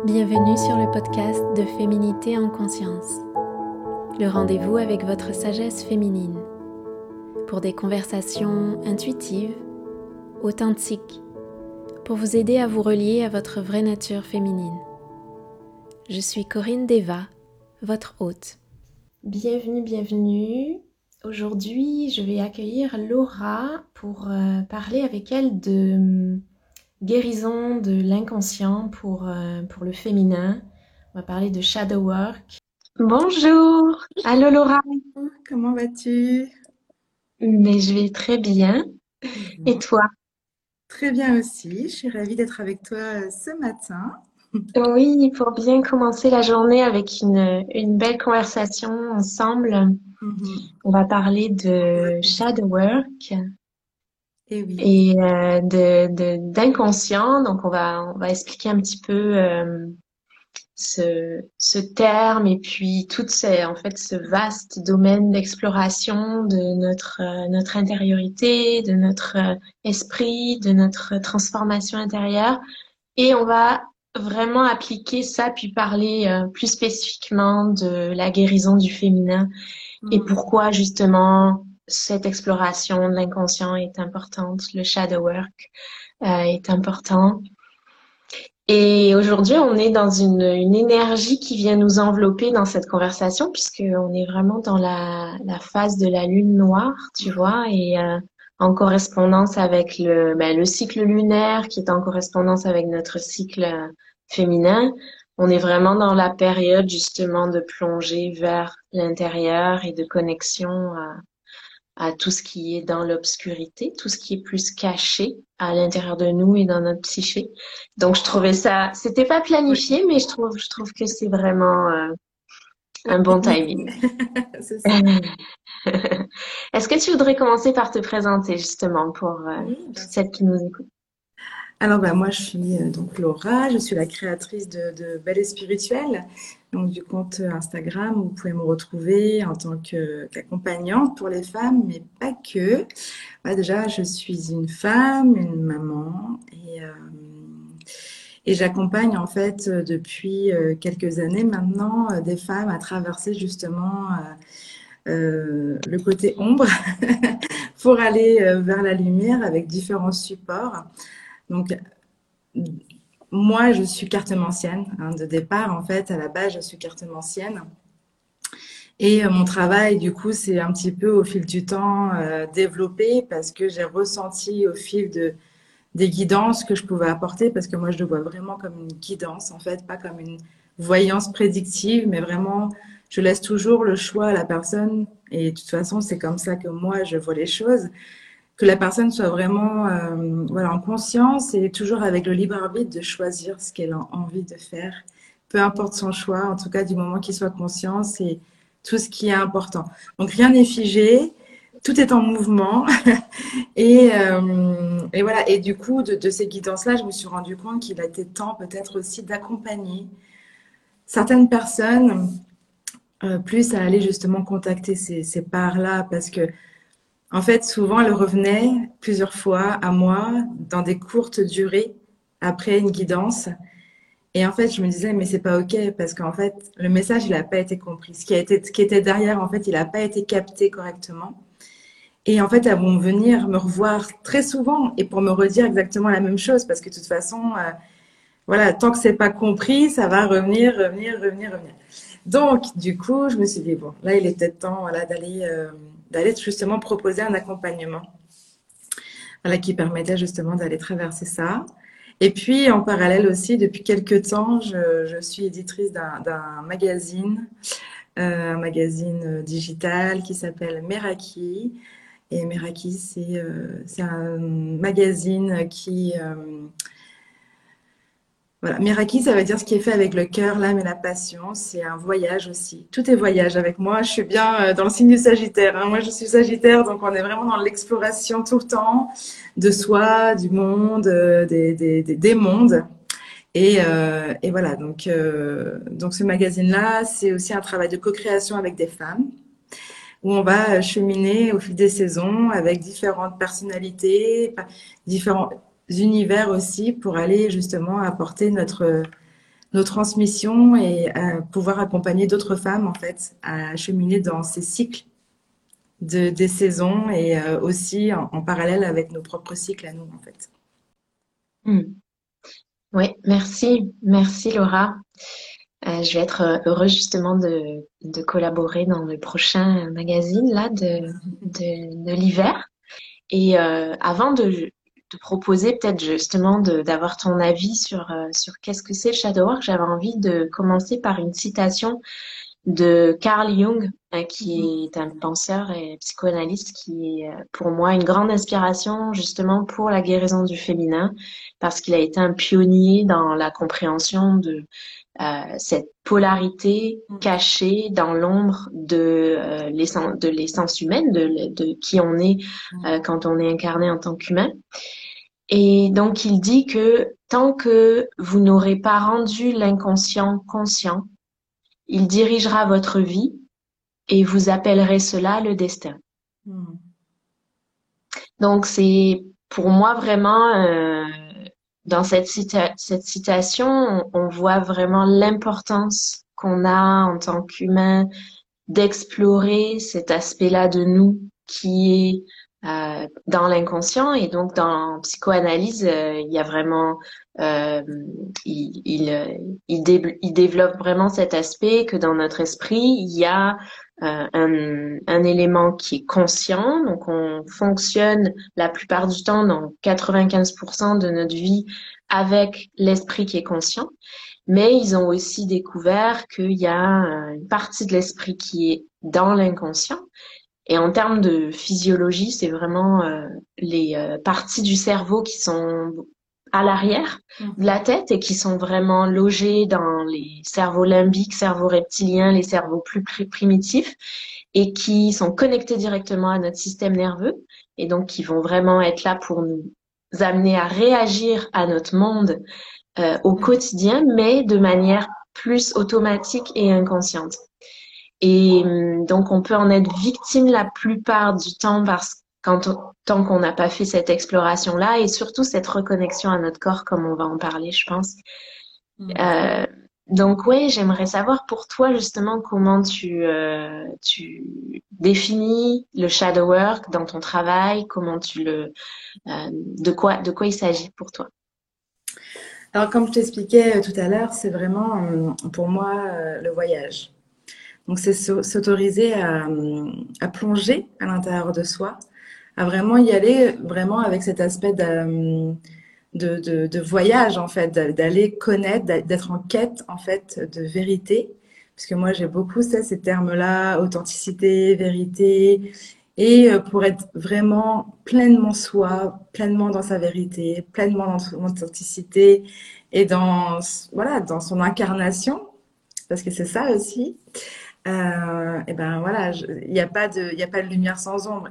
Bienvenue sur le podcast de Féminité en conscience, le rendez-vous avec votre sagesse féminine, pour des conversations intuitives, authentiques, pour vous aider à vous relier à votre vraie nature féminine. Je suis Corinne Deva, votre hôte. Bienvenue. Aujourd'hui, je vais accueillir Laura pour parler avec elle de guérison de l'inconscient pour le féminin. On va parler de shadow work. Bonjour, allô Laura. Comment vas-tu? Mais je vais très bien. Et Bon, toi? très bien aussi. Je suis ravie d'être avec toi ce matin. Oui, pour bien commencer la journée avec une belle conversation ensemble, Mhm. on va parler de shadow work Et oui. et d'inconscient. Donc on va expliquer un petit peu ce terme et puis en fait, ce vaste domaine d'exploration de notre intériorité, de notre esprit, de notre transformation intérieure. Et on va vraiment appliquer ça, puis parler plus spécifiquement de la guérison du féminin et Mhm. pourquoi justement cette exploration de l'inconscient est importante, le shadow work est important. Et aujourd'hui, on est dans une énergie qui vient nous envelopper dans cette conversation, puisqu'on est vraiment dans la phase de la lune noire, tu vois, et en correspondance avec le cycle lunaire qui est en correspondance avec notre cycle féminin. On est vraiment dans la période justement de plongée vers l'intérieur et de connexion à tout ce qui est dans l'obscurité, tout ce qui est plus caché à l'intérieur de nous et dans notre psyché. Donc je trouvais ça, c'était pas Oui, planifié, mais je trouve que c'est vraiment oui, un bon rythmique. timing. C'est ça. Est-ce que tu voudrais commencer par te présenter justement pour Oui, bien toutes sûr. celles qui nous écoutent? Alors, moi, je suis donc Laura. Je suis la créatrice de Belle et Spirituelle, donc du compte Instagram où vous pouvez me retrouver en tant qu'accompagnante pour les femmes, mais pas que. Déjà, je suis une femme, une maman et j'accompagne en fait depuis quelques années maintenant des femmes à traverser justement le côté ombre pour aller vers la lumière avec différents supports. Donc, moi, je suis cartomancienne de départ. En fait, à la base, je suis cartomancienne. Et mon travail, du coup, c'est un petit peu au fil du temps développé parce que j'ai ressenti au fil des guidances que je pouvais apporter, parce que moi, je le vois vraiment comme une guidance, en fait, pas comme une voyance prédictive, mais vraiment, je laisse toujours le choix à la personne. Et de toute façon, c'est comme ça que moi, je vois les choses. Que la personne soit vraiment voilà, en conscience et toujours avec le libre arbitre de choisir ce qu'elle a envie de faire. Peu importe son choix, en tout cas du moment qu'il soit conscient, c'est tout ce qui est important. Donc rien n'est figé, tout est en mouvement. Et voilà. Et du coup, de ces guidances-là, je me suis rendu compte qu'il était temps peut-être aussi d'accompagner certaines personnes plus à aller justement contacter ces parts-là parce que en fait, souvent, elle revenait plusieurs fois à moi dans des courtes durées après une guidance. Et en fait, je me disais, mais c'est pas OK parce qu'en fait, le message, il n'a pas été compris. Ce qui était derrière, en fait, il n'a pas été capté correctement. Et en fait, elles vont venir me revoir très souvent et pour me redire exactement la même chose parce que de toute façon, voilà, tant que c'est pas compris, ça va revenir. Donc, du coup, je me suis dit, bon, là, il est peut-être temps, voilà, d'aller justement proposer un accompagnement voilà, qui permettait justement d'aller traverser ça. Et puis, en parallèle aussi, depuis quelques temps, je suis éditrice d'un magazine, un magazine digital qui s'appelle Meraki. Et Meraki, c'est un magazine voilà, Meraki, ça veut dire ce qui est fait avec le cœur, l'âme et la passion. C'est un voyage aussi. Tout est voyage avec moi. Je suis bien dans le signe du Sagittaire, hein. Moi, je suis Sagittaire, donc on est vraiment dans l'exploration tout le temps de soi, du monde, des mondes. Et voilà, donc ce magazine-là, c'est aussi un travail de co-création avec des femmes où on va cheminer au fil des saisons avec différentes personnalités, différents univers aussi pour aller justement apporter nos transmissions et pouvoir accompagner d'autres femmes en fait à cheminer dans ces cycles des saisons et aussi en parallèle avec nos propres cycles à nous en fait. Oui, merci, merci Laura. Je vais être heureuse justement de collaborer dans le prochain magazine là de l'hiver. Et avant de proposer peut-être justement d'avoir ton avis sur qu'est-ce que c'est le shadow work, j'avais envie de commencer par une citation de Carl Jung, qui est un penseur et psychanalyste qui est pour moi une grande inspiration justement pour la guérison du féminin, parce qu'il a été un pionnier dans la compréhension de cette polarité cachée dans l'ombre de l'essence humaine, de qui on est quand on est incarné en tant qu'humain. Et donc il dit que tant que vous n'aurez pas rendu l'inconscient conscient, il dirigera votre vie et vous appellerez cela le destin. Donc c'est pour moi vraiment dans cette citation, on voit vraiment l'importance qu'on a en tant qu'humain d'explorer cet aspect-là de nous qui est dans l'inconscient. Et donc dans psychoanalyse, il y a vraiment il développe vraiment cet aspect que dans notre esprit il y a un élément qui est conscient, donc on fonctionne la plupart du temps dans 95% de notre vie avec l'esprit qui est conscient. Mais ils ont aussi découvert qu'il y a une partie de l'esprit qui est dans l'inconscient. Et en termes de physiologie, c'est vraiment les parties du cerveau qui sont à l'arrière de la tête et qui sont vraiment logées dans les cerveaux limbiques, cerveaux reptiliens, les cerveaux plus primitifs et qui sont connectés directement à notre système nerveux et donc qui vont vraiment être là pour nous amener à réagir à notre monde au quotidien, mais de manière plus automatique et inconsciente. Et donc, on peut en être victime la plupart du temps tant qu'on n'a pas fait cette exploration-là et surtout cette reconnexion à notre corps, comme on va en parler, je pense. Donc, ouais, j'aimerais savoir pour toi, justement, comment tu définis le shadow work dans ton travail, comment de quoi il s'agit pour toi? Alors, comme je t'expliquais tout à l'heure, c'est vraiment pour moi le voyage. Donc, c'est s'autoriser à plonger à l'intérieur de soi, à vraiment y aller vraiment avec cet aspect de voyage, en fait, d'aller connaître, d'être en quête, en fait, de vérité. Parce que moi, j'ai beaucoup ces termes-là, authenticité, vérité. Et pour être vraiment pleinement soi, pleinement dans sa vérité, pleinement dans son authenticité et voilà, dans son incarnation, parce que c'est ça aussi. Et ben voilà, il n'y a pas de lumière sans ombre.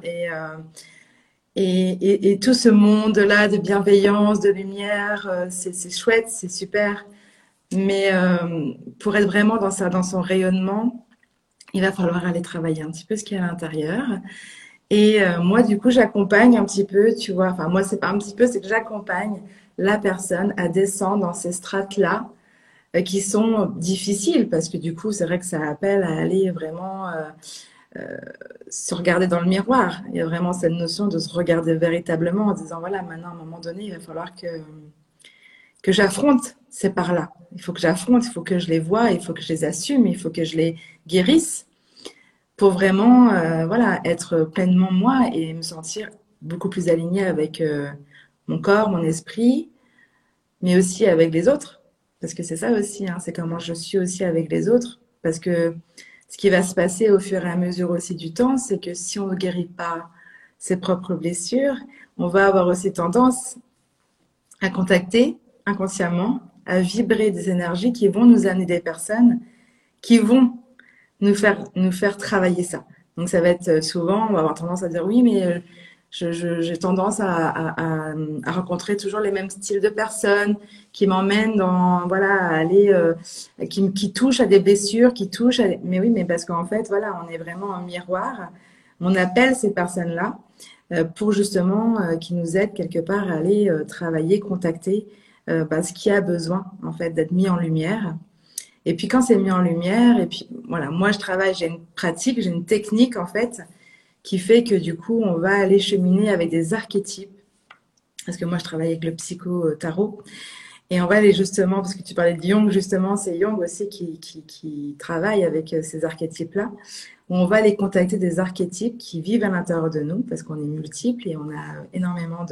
Et tout ce monde-là de bienveillance, de lumière, c'est chouette, c'est super. Mais pour être vraiment dans son rayonnement, il va falloir aller travailler un petit peu ce qu'il y a à l'intérieur. Et moi, du coup, j'accompagne un petit peu, tu vois. Enfin, moi, c'est pas un petit peu, c'est que j'accompagne la personne à descendre dans ces strates-là qui sont difficiles parce que du coup, c'est vrai que ça appelle à aller vraiment se regarder dans le miroir. Il y a vraiment cette notion de se regarder véritablement en disant, voilà, maintenant, à un moment donné, il va falloir que j'affronte ces parts-là. Il faut que j'affronte, il faut que je les vois, il faut que je les assume, il faut que je les guérisse pour vraiment voilà, être pleinement moi et me sentir beaucoup plus alignée avec mon corps, mon esprit, mais aussi avec les autres. Parce que c'est ça aussi, hein, c'est comment je suis aussi avec les autres. Parce que ce qui va se passer au fur et à mesure aussi du temps, c'est que si on ne guérit pas ses propres blessures, on va avoir aussi tendance à contacter inconsciemment, à vibrer des énergies qui vont nous amener des personnes qui vont nous faire travailler ça. Donc ça va être souvent, on va avoir tendance à dire oui, mais j'ai tendance à rencontrer toujours les mêmes styles de personnes qui m'emmènent dans, voilà, à aller, qui touchent à des blessures, mais oui, mais parce qu'en fait, voilà, on est vraiment un miroir. On appelle ces personnes-là pour justement qui nous aident quelque part à aller travailler, contacter ce qui a besoin en fait d'être mis en lumière. Et puis quand c'est mis en lumière, et puis voilà, moi je travaille, j'ai une pratique, j'ai une technique en fait qui fait que du coup on va aller cheminer avec des archétypes. Parce que moi je travaille avec le psycho-tarot. Et on va aller justement, parce que tu parlais de Jung, justement, c'est Jung aussi qui travaille avec ces archétypes-là. On va aller contacter des archétypes qui vivent à l'intérieur de nous, parce qu'on est multiples et on a énormément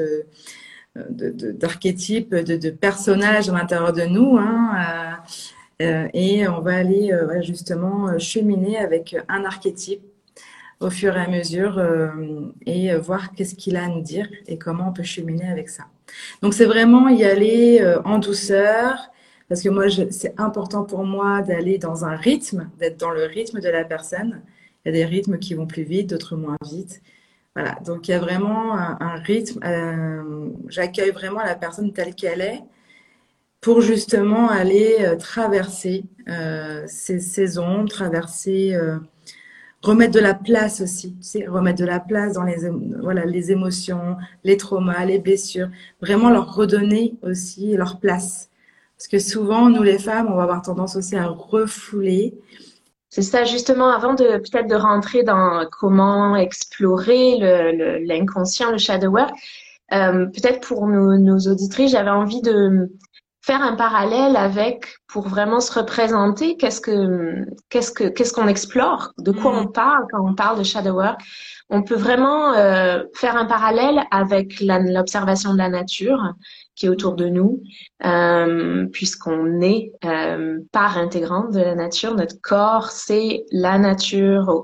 d'archétypes, de personnages à l'intérieur de nous. Hein, et on va aller justement cheminer avec un archétype au fur et à mesure et voir qu'est-ce qu'il a à nous dire et comment on peut cheminer avec ça. Donc c'est vraiment y aller en douceur parce que moi c'est important pour moi d'aller dans un rythme, d'être dans le rythme de la personne. Il y a des rythmes qui vont plus vite, d'autres moins vite. Voilà, donc il y a vraiment un rythme. J'accueille vraiment la personne telle qu'elle est pour justement aller traverser ces saisons, traverser remettre de la place aussi, tu sais, remettre de la place dans voilà, les émotions, les traumas, les blessures, vraiment leur redonner aussi leur place. Parce que souvent, nous les femmes, on va avoir tendance aussi à refouler. C'est ça, justement, avant de peut-être de rentrer dans comment explorer l'inconscient, le shadow work, peut-être pour nos auditrices, j'avais envie de faire un parallèle avec, pour vraiment se représenter, qu'est-ce qu'on explore, de quoi on parle quand on parle de shadow work. On peut vraiment faire un parallèle avec l'observation de la nature qui est autour de nous, puisqu'on est part intégrante de la nature. Notre corps, c'est la nature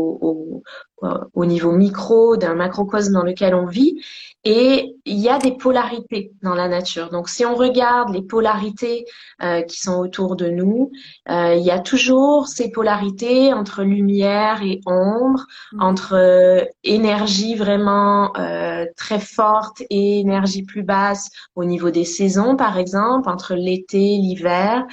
au niveau micro d'un macrocosme dans lequel on vit. Et il y a des polarités dans la nature. Donc, si on regarde les polarités qui sont autour de nous, il y a toujours ces polarités entre lumière et ombre, entre énergie vraiment très forte et énergie plus basse au niveau des saisons, par exemple, entre l'été, l'hiver,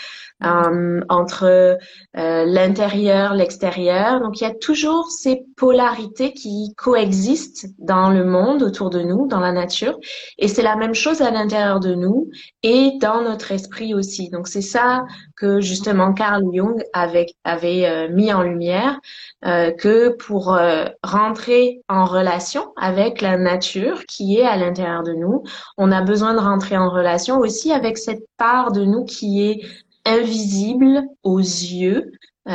entre l'intérieur, l'extérieur. Donc, il y a toujours ces polarités qui coexistent dans le monde autour de nous, dans la nature. Et c'est la même chose à l'intérieur de nous et dans notre esprit aussi. Donc, c'est ça que justement Carl Jung avait mis en lumière, que pour rentrer en relation avec la nature qui est à l'intérieur de nous, on a besoin de rentrer en relation aussi avec cette part de nous qui est invisible aux yeux.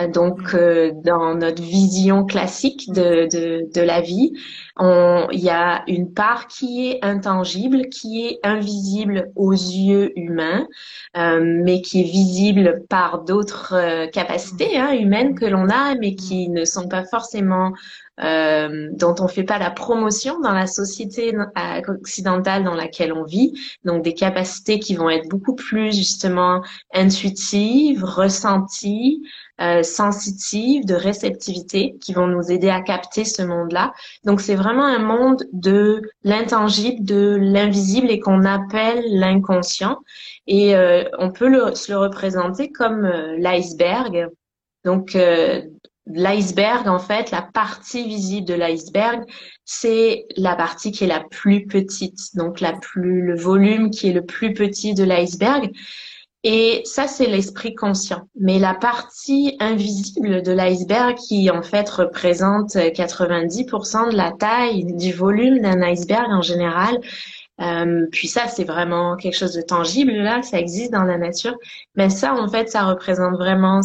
Dans notre vision classique de la vie, il y a une part qui est intangible, qui est invisible aux yeux humains, mais qui est visible par d'autres capacités humaines que l'on a, mais qui ne sont pas forcément dont on fait pas la promotion dans la société occidentale dans laquelle on vit. Donc des capacités qui vont être beaucoup plus justement intuitives, ressenties, sensitives, de réceptivité, qui vont nous aider à capter ce monde-là. Donc c'est vraiment un monde de l'intangible, de l'invisible et qu'on appelle l'inconscient. Et on peut se le représenter comme l'iceberg. Donc l'iceberg, en fait, la partie visible de l'iceberg, c'est la partie qui est la plus petite, donc le volume qui est le plus petit de l'iceberg. Et ça, c'est l'esprit conscient. Mais la partie invisible de l'iceberg, qui en fait représente 90% de la taille, du volume d'un iceberg en général, puis ça, c'est vraiment quelque chose de tangible, là, ça existe dans la nature. Mais ça, en fait, ça représente vraiment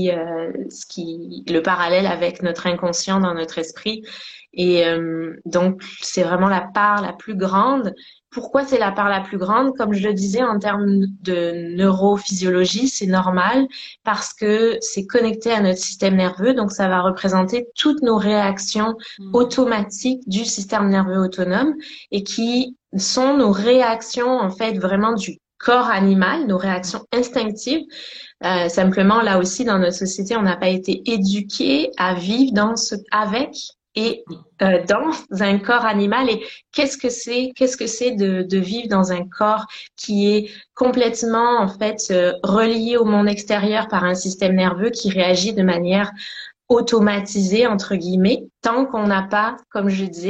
le parallèle avec notre inconscient dans notre esprit. Et donc, c'est vraiment la part la plus grande. Pourquoi c'est la part la plus grande? Comme je le disais, en termes de neurophysiologie, c'est normal parce que c'est connecté à notre système nerveux. Donc, ça va représenter toutes nos réactions automatiques du système nerveux autonome et qui sont nos réactions, en fait, vraiment du corps animal, nos réactions instinctives. Simplement, là aussi, dans notre société, on n'a pas été éduqué à vivre avec et dans un corps animal. Et qu'est-ce que c'est de vivre dans un corps qui est complètement en fait relié au monde extérieur par un système nerveux qui réagit de manière automatisée entre guillemets, tant qu'on n'a pas, comme je disais,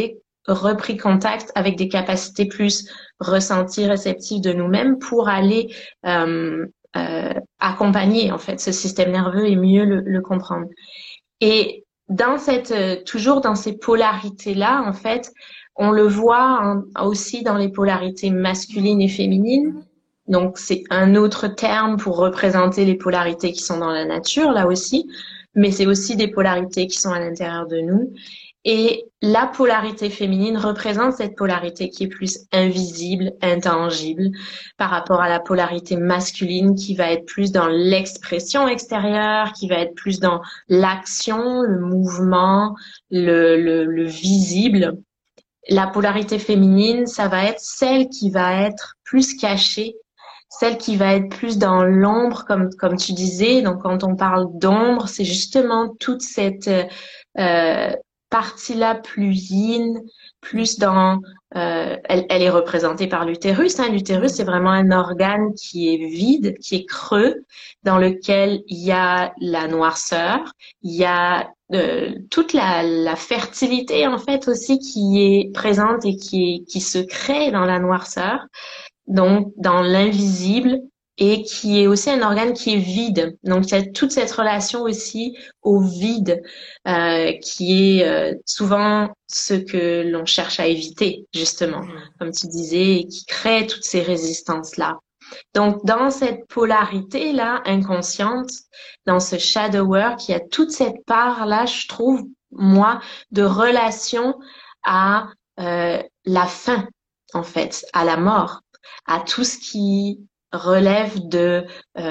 repris contact avec des capacités plus ressenties, réceptives de nous-mêmes pour aller accompagner en fait ce système nerveux et mieux le comprendre. Et dans toujours dans ces polarités-là, en fait, on le voit aussi dans les polarités masculines et féminines. Donc, c'est un autre terme pour représenter les polarités qui sont dans la nature, là aussi, mais c'est aussi des polarités qui sont à l'intérieur de nous. Et la polarité féminine représente cette polarité qui est plus invisible, intangible, par rapport à la polarité masculine qui va être plus dans l'expression extérieure, qui va être plus dans l'action, le mouvement, le visible. La polarité féminine, ça va être celle qui va être plus cachée, celle qui va être plus dans l'ombre, comme tu disais. Donc, quand on parle d'ombre, c'est justement toute cette partie-là plus yin, plus dans... elle est représentée par l'utérus. Hein. L'utérus, c'est vraiment un organe qui est vide, qui est creux, dans lequel il y a la noirceur, il y a toute la fertilité, en fait, aussi qui est présente et qui se crée dans la noirceur, donc dans l'invisible, et qui est aussi un organe qui est vide. Donc, il y a toute cette relation aussi au vide, qui est souvent ce que l'on cherche à éviter, justement, comme tu disais, et qui crée toutes ces résistances-là. Donc, dans cette polarité-là, inconsciente, dans ce shadow work, il y a toute cette part-là, je trouve, moi, de relation à la fin, en fait, à la mort, à tout ce qui relève de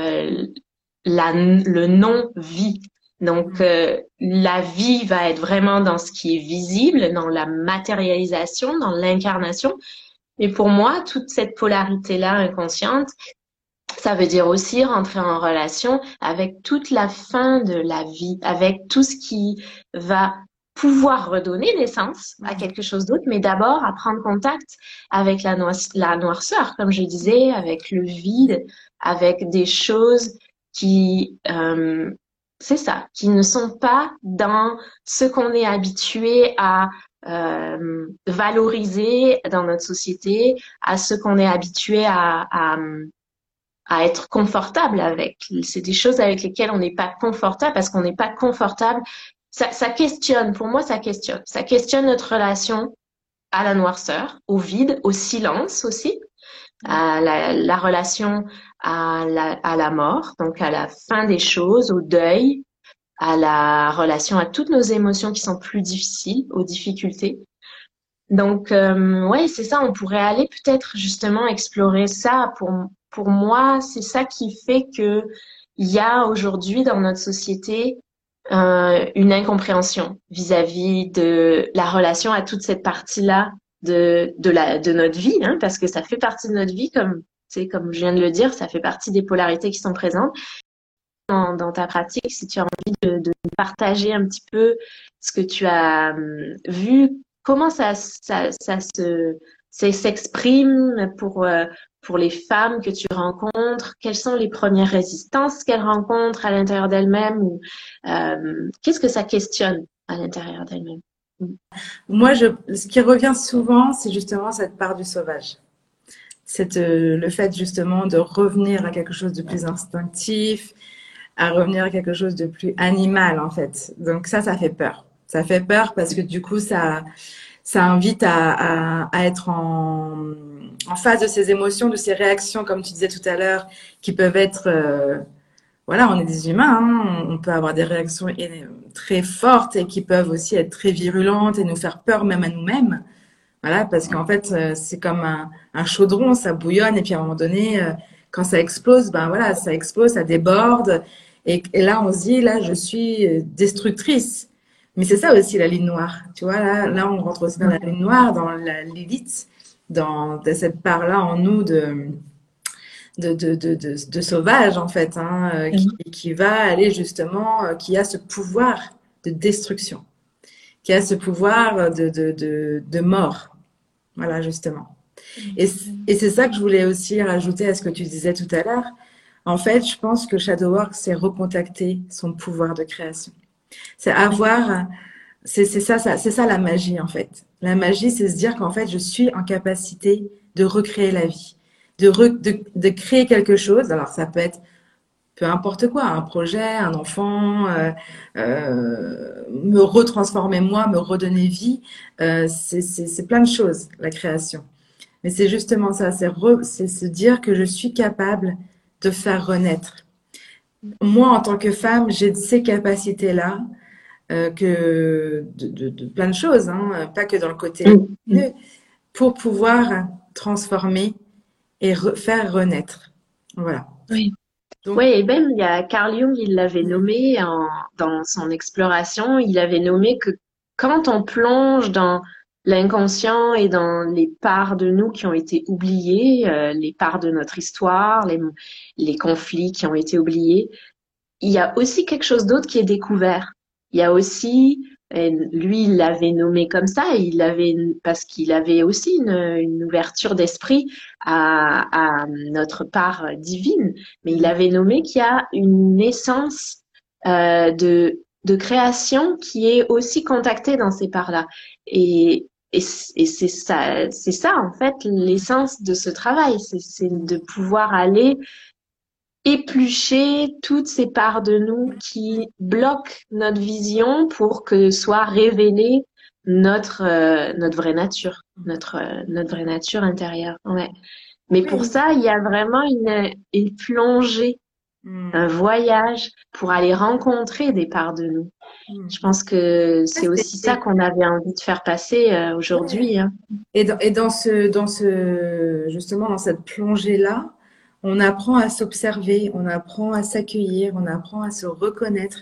le non-vie. Donc, la vie va être vraiment dans ce qui est visible, dans la matérialisation, dans l'incarnation. Mais pour moi, toute cette polarité-là inconsciente, ça veut dire aussi rentrer en relation avec toute la fin de la vie, avec tout ce qui va pouvoir redonner naissance à quelque chose d'autre, mais d'abord à prendre contact avec la noirceur, comme je disais, avec le vide, avec des choses qui, c'est ça, qui ne sont pas dans ce qu'on est habitué à valoriser dans notre société, à ce qu'on est habitué à être confortable avec. C'est des choses avec lesquelles on n'est pas confortable parce qu'on n'est pas confortable. Ça questionne, pour moi, ça questionne. Ça questionne notre relation à la noirceur, au vide, au silence aussi, à la relation à la mort, donc à la fin des choses, au deuil, à la relation à toutes nos émotions qui sont plus difficiles, aux difficultés. Donc, ouais, c'est ça, on pourrait aller peut-être justement explorer ça. Pour moi, c'est ça qui fait que il y a aujourd'hui dans notre société une incompréhension vis-à-vis de la relation à toute cette partie-là de notre vie, hein, parce que ça fait partie de notre vie, comme comme je viens de le dire, ça fait partie des polarités qui sont présentes dans ta pratique. Si tu as envie de partager un petit peu ce que tu as vu, comment ça s'exprime pour les femmes que tu rencontres, quelles sont les premières résistances qu'elles rencontrent à l'intérieur d'elles-mêmes, ou qu'est-ce que ça questionne à l'intérieur d'elles-mêmes? Moi, ce qui revient souvent, c'est justement cette part du sauvage. C'est le fait justement de revenir à quelque chose de plus instinctif, à revenir à quelque chose de plus animal en fait. Donc ça fait peur. Ça fait peur parce que du coup, ça invite à être en face de ces émotions, de ces réactions, comme tu disais tout à l'heure, qui peuvent être... voilà, on est des humains, hein, on peut avoir des réactions très fortes et qui peuvent aussi être très virulentes et nous faire peur même à nous-mêmes. Voilà, parce qu'en fait, c'est comme un chaudron, ça bouillonne et puis à un moment donné, quand ça explose, ben voilà, ça explose, ça déborde. Et là, on se dit, là, je suis destructrice. Mais c'est ça aussi la ligne noire. Tu vois, là, on rentre aussi dans la ligne noire, dans l'élite, dans cette part-là en nous de sauvage, en fait, hein, qui va aller justement, qui a ce pouvoir de destruction, qui a ce pouvoir de mort. Voilà, justement. Et c'est ça que je voulais aussi rajouter à ce que tu disais tout à l'heure. En fait, je pense que Shadow Work, c'est recontacter son pouvoir de création. C'est avoir, c'est ça la magie, en fait. La magie, c'est se dire qu'en fait, je suis en capacité de recréer la vie, de créer quelque chose. Alors, ça peut être peu importe quoi, un projet, un enfant, me retransformer moi, me redonner vie. C'est plein de choses, la création. Mais c'est justement ça, c'est se dire que je suis capable de faire renaître. Moi, en tant que femme, j'ai ces capacités-là, de plein de choses, hein, pas que dans le côté Mm. Mm. lumineux, pour pouvoir transformer et faire renaître. Voilà. Oui. Donc, Oui, et même il y a Carl Jung, il l'avait nommé dans son exploration, il avait nommé que quand on plonge dans l'inconscient et dans les parts de nous qui ont été oubliées, les parts de notre histoire, les conflits qui ont été oubliés, il y a aussi quelque chose d'autre qui est découvert. Il y a aussi, et lui, il l'avait nommé comme ça, parce qu'il avait aussi une ouverture d'esprit à notre part divine, mais il avait nommé qu'il y a une essence de création qui est aussi contactée dans ces parts-là. Et c'est ça, en fait, l'essence de ce travail, c'est de pouvoir aller éplucher toutes ces parts de nous qui bloquent notre vision pour que soit révélée notre vraie nature, notre vraie nature intérieure. Ouais. Mais pour oui. ça, il y a vraiment une plongée, un Hmm. voyage pour aller rencontrer des parts de nous. Hmm. Je pense que Ah, c'est aussi ça qu'on avait envie de faire passer ouais. aujourd'hui, hein. Justement, dans cette plongée-là, on apprend à s'observer, on apprend à s'accueillir, on apprend à se reconnaître.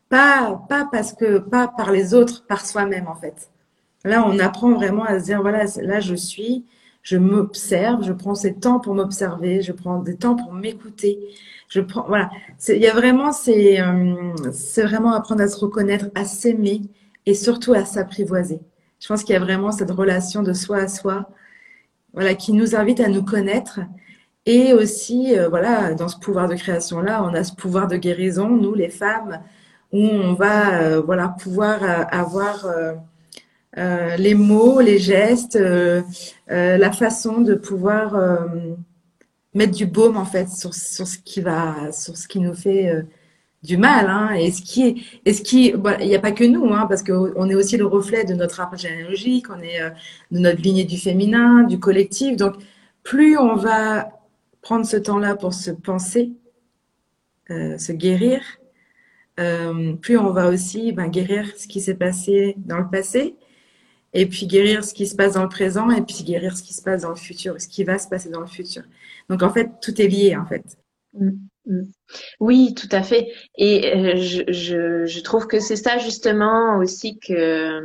Pas par les autres, par soi-même, en fait. Là, on apprend vraiment à se dire, voilà, là, je m'observe, je prends ces temps pour m'observer, je prends des temps pour m'écouter. Voilà. Il y a vraiment, c'est vraiment apprendre à se reconnaître, à s'aimer et surtout à s'apprivoiser. Je pense qu'il y a vraiment cette relation de soi à soi, voilà, qui nous invite à nous connaître. Et aussi, voilà, dans ce pouvoir de création-là, on a ce pouvoir de guérison, nous, les femmes, où on va, voilà, pouvoir avoir les mots, les gestes, la façon de pouvoir mettre du baume en fait sur ce qui nous fait du mal, hein, bon, il n'y a pas que nous, hein, parce qu'on est aussi le reflet de notre arbre généalogique, on est de notre lignée du féminin, du collectif. Donc, plus on va prendre ce temps-là pour se penser, se guérir, plus on va aussi ben, guérir ce qui s'est passé dans le passé, et puis guérir ce qui se passe dans le présent, et puis guérir ce qui se passe dans le futur, ce qui va se passer dans le futur. Donc en fait, tout est lié en fait. Mm, mm. Oui, tout à fait. Et je trouve que c'est ça justement aussi que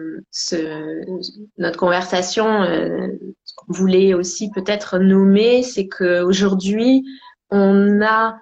notre conversation voulait aussi peut-être nommer, c'est que aujourd'hui on a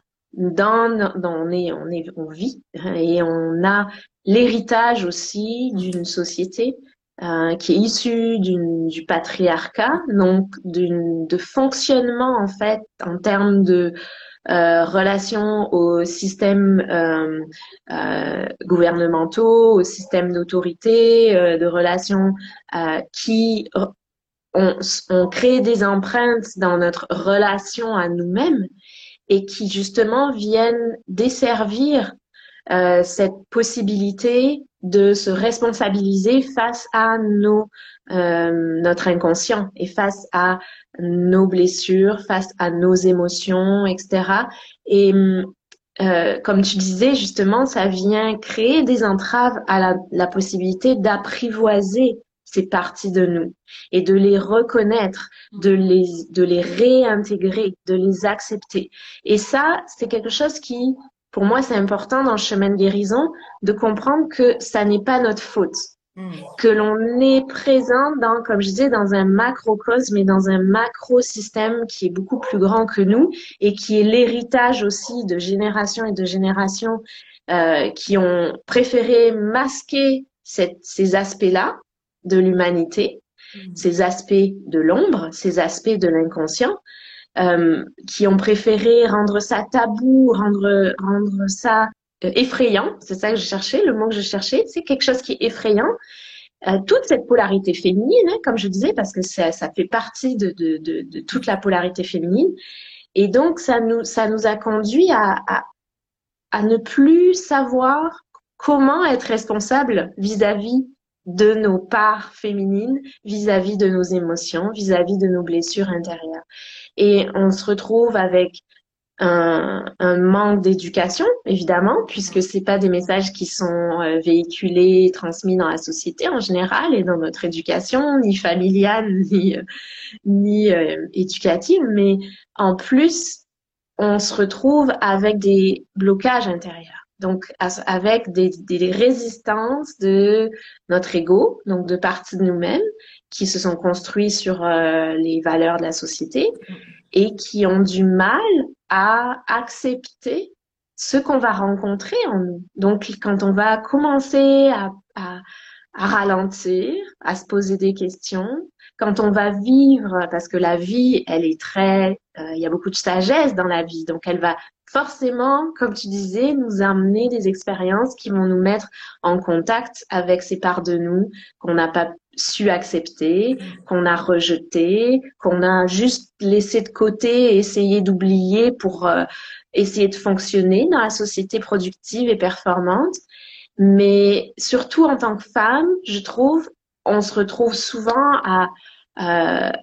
on vit hein, et on a l'héritage aussi d'une société qui est issue du patriarcat, donc de fonctionnement en fait en termes de relation aux systèmes gouvernementaux, aux systèmes d'autorité, de relations qui ont, ont créé des empreintes dans notre relation à nous-mêmes et qui justement viennent desservir cette possibilité de se responsabiliser face à notre inconscient et face à nos blessures, face à nos émotions, etc. Et comme tu disais, justement, ça vient créer des entraves à la possibilité d'apprivoiser ces parties de nous et de les reconnaître, de les réintégrer, de les accepter. Et ça, c'est quelque chose qui, pour moi, c'est important dans le chemin de guérison de comprendre que ça n'est pas notre faute, Mm. que l'on est présent dans, comme je disais, dans un macrocosme et dans un macro-système qui est beaucoup plus grand que nous et qui est l'héritage aussi de générations et de générations qui ont préféré masquer ces aspects-là de l'humanité, Mm. ces aspects de l'ombre, ces aspects de l'inconscient, qui ont préféré rendre ça tabou, rendre ça effrayant. C'est ça que je cherchais, le mot que je cherchais. C'est quelque chose qui est effrayant toute cette polarité féminine, hein, comme je disais, parce que ça fait partie de toute la polarité féminine. Et donc, ça nous a conduit à ne plus savoir comment être responsable vis-à-vis de nos parts féminines, vis-à-vis de nos émotions, vis-à-vis de nos blessures intérieures. Et on se retrouve avec un manque d'éducation, évidemment, puisque c'est pas des messages qui sont véhiculés, transmis dans la société en général et dans notre éducation, ni familiale, ni éducative, mais en plus, on se retrouve avec des blocages intérieurs. Donc, avec des résistances de notre ego, donc de parties de nous-mêmes, qui se sont construits sur les valeurs de la société et qui ont du mal à accepter ce qu'on va rencontrer en nous. Donc, quand on va commencer à ralentir, à se poser des questions, quand on va vivre, parce que la vie, elle est il y a beaucoup de sagesse dans la vie, donc elle va forcément, comme tu disais, nous amener des expériences qui vont nous mettre en contact avec ces parts de nous qu'on n'a pas su accepter, qu'on a rejeté, qu'on a juste laissé de côté et essayé d'oublier pour essayer de fonctionner dans la société productive et performante. Mais surtout en tant que femme, je trouve, on se retrouve souvent à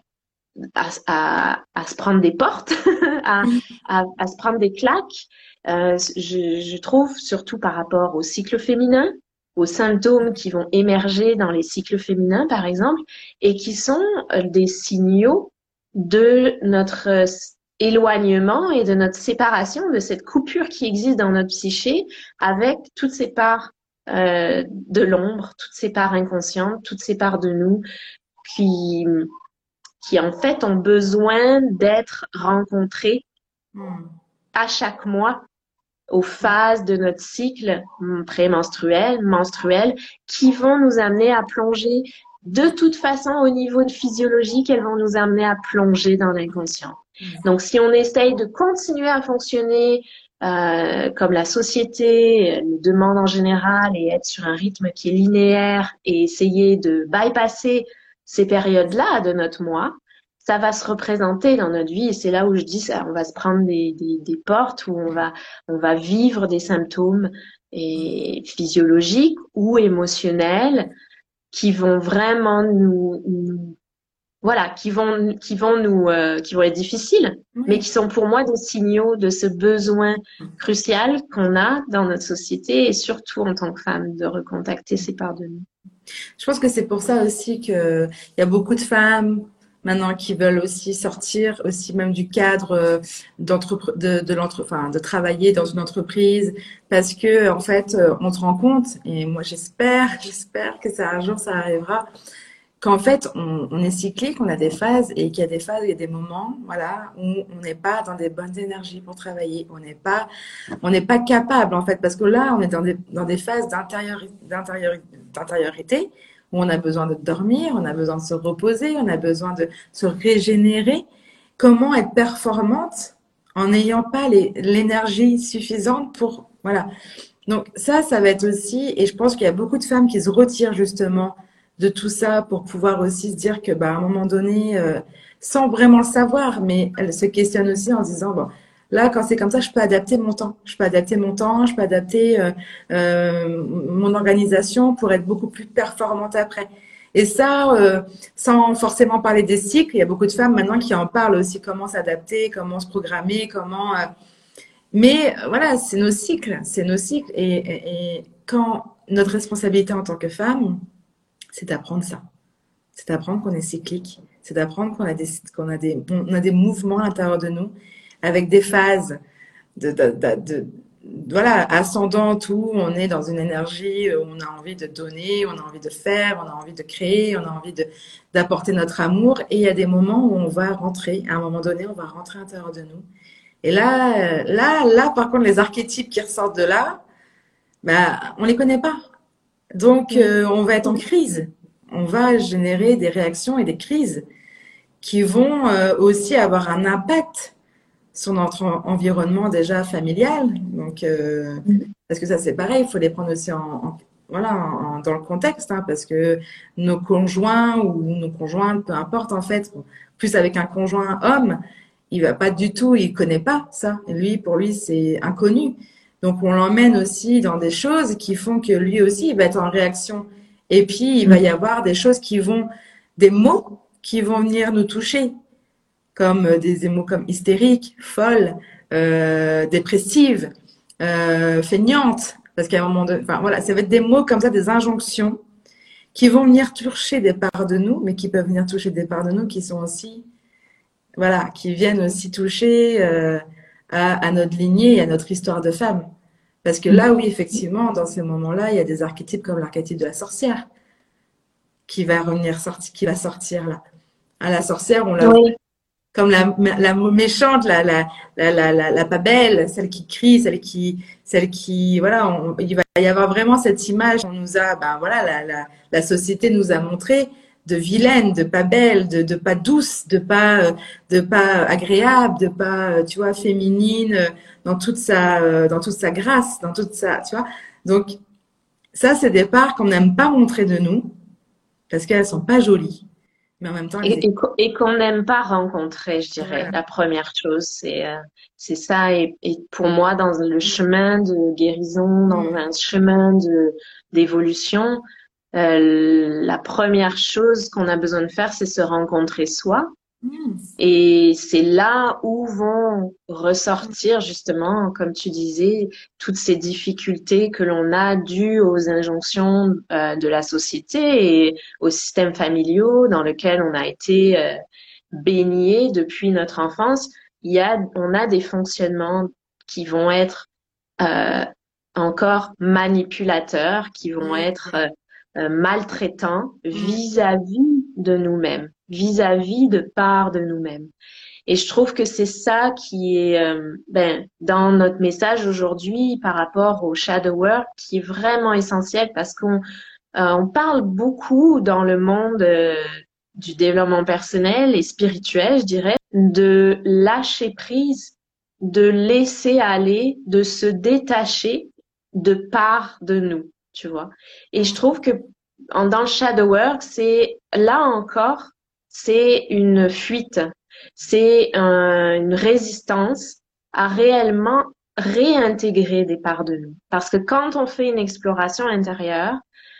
se prendre des portes, à se prendre des claques. Je trouve, surtout par rapport au cycle féminin, aux symptômes qui vont émerger dans les cycles féminins, par exemple, et qui sont des signaux de notre éloignement et de notre séparation, de cette coupure qui existe dans notre psyché avec toutes ces parts de l'ombre, toutes ces parts inconscientes, toutes ces parts de nous qui en fait ont besoin d'être rencontrées à chaque mois aux phases de notre cycle prémenstruel, menstruel, qui vont nous amener à plonger. De toute façon, au niveau physiologique, elles vont nous amener à plonger dans l'inconscient. Donc, si on essaye de continuer à fonctionner comme la société le demande en général et être sur un rythme qui est linéaire et essayer de bypasser ces périodes-là de notre mois, ça va se représenter dans notre vie et c'est là où je dis ça, on va se prendre des portes où on va vivre des symptômes physiologiques ou émotionnels qui vont vraiment voilà, qui vont être difficiles, mais qui sont pour moi des signaux de ce besoin crucial qu'on a dans notre société et surtout en tant que femme de recontacter ces parts de nous. Je pense que c'est pour ça aussi qu'il y a beaucoup de femmes maintenant qui veulent aussi sortir aussi même du cadre de travailler dans une entreprise parce que en fait on se rend compte et moi j'espère que ça un jour ça arrivera qu'en fait on est cyclique, on a des phases et qu'il y a des phases, il y a des moments voilà où on n'est pas dans des bonnes énergies pour travailler, on n'est pas capable en fait parce que là on est dans des phases d'intériorité où on a besoin de dormir, on a besoin de se reposer, on a besoin de se régénérer. Comment être performante en n'ayant pas l'énergie suffisante pour voilà. Donc ça va être aussi et je pense qu'il y a beaucoup de femmes qui se retirent justement de tout ça pour pouvoir aussi se dire que à un moment donné sans vraiment le savoir mais elles se questionnent aussi en se disant bon là, quand c'est comme ça, je peux adapter mon temps. Je peux adapter mon organisation pour être beaucoup plus performante après. Et ça, sans forcément parler des cycles, il y a beaucoup de femmes maintenant qui en parlent aussi, comment s'adapter, comment se programmer, comment… Mais voilà, c'est nos cycles. Et quand notre responsabilité en tant que femme, c'est d'apprendre ça. C'est d'apprendre qu'on est cyclique. C'est d'apprendre qu'on a des mouvements à l'intérieur de nous avec des phases voilà, ascendantes où on est dans une énergie où on a envie de donner, on a envie de faire, on a envie de créer, on a envie d'apporter notre amour. Et il y a des moments où on va rentrer, à un moment donné, on va rentrer à l'intérieur de nous. Et là, par contre, les archétypes qui ressortent de là, on les connaît pas. Donc, on va être en crise. On va générer des réactions et des crises qui vont aussi avoir un impact sur notre environnement déjà familial. Donc, parce que ça, c'est pareil, il faut les prendre aussi voilà, dans le contexte, hein, parce que nos conjoints ou nos conjointes, peu importe en fait, plus avec un conjoint homme, il va pas du tout, il connaît pas ça. Lui, pour lui, c'est inconnu. Donc on l'emmène aussi dans des choses qui font que lui aussi, il va être en réaction. Et puis il va y avoir des choses des mots qui vont venir nous toucher, comme des mots comme hystérique, folle, dépressive, feignante, parce qu'à un moment donné, enfin voilà, ça va être des mots comme ça, des injonctions qui vont venir toucher des parts de nous, mais qui peuvent venir toucher des parts de nous qui sont aussi, voilà, qui viennent aussi toucher à notre lignée et à notre histoire de femme. Parce que là, oui, effectivement, dans ces moments-là, il y a des archétypes comme l'archétype de la sorcière qui va sortir là. À la sorcière, on la Oui. comme la méchante, la pas belle, celle qui crie, celle qui, voilà, il va y avoir vraiment cette image qu'on nous a, ben voilà, la société nous a montré de vilaine, de pas belle, de pas douce, de pas agréable, de pas, tu vois, féminine, dans toute sa grâce, dans toute sa, tu vois. Donc, ça, c'est des parts qu'on n'aime pas montrer de nous parce qu'elles sont pas jolies, mais en même temps, elles existent. Et qu'on n'aime pas rencontrer, je dirais. Voilà. La première chose, c'est ça. Et pour moi, dans le chemin de guérison, dans un chemin d'évolution, la première chose qu'on a besoin de faire, c'est se rencontrer soi. Mm. Et c'est là où vont ressortir justement, comme tu disais, toutes ces difficultés que l'on a dues aux injonctions de la société et aux systèmes familiaux dans lesquels on a été baigné depuis notre enfance. On a des fonctionnements qui vont être euh, encore manipulateurs, qui vont Mm. être maltraitants Mm. vis-à-vis de nous-mêmes, vis-à-vis de part de nous-mêmes. Et je trouve que c'est ça qui est dans notre message aujourd'hui par rapport au shadow work qui est vraiment essentiel parce on parle beaucoup dans le monde du développement personnel et spirituel, je dirais, de lâcher prise, de laisser aller, de se détacher de part de nous, tu vois. Et je trouve que dans le shadow work, c'est là encore, c'est une fuite, c'est une résistance à réellement réintégrer des parts de nous. Parce que quand on fait une exploration intérieure,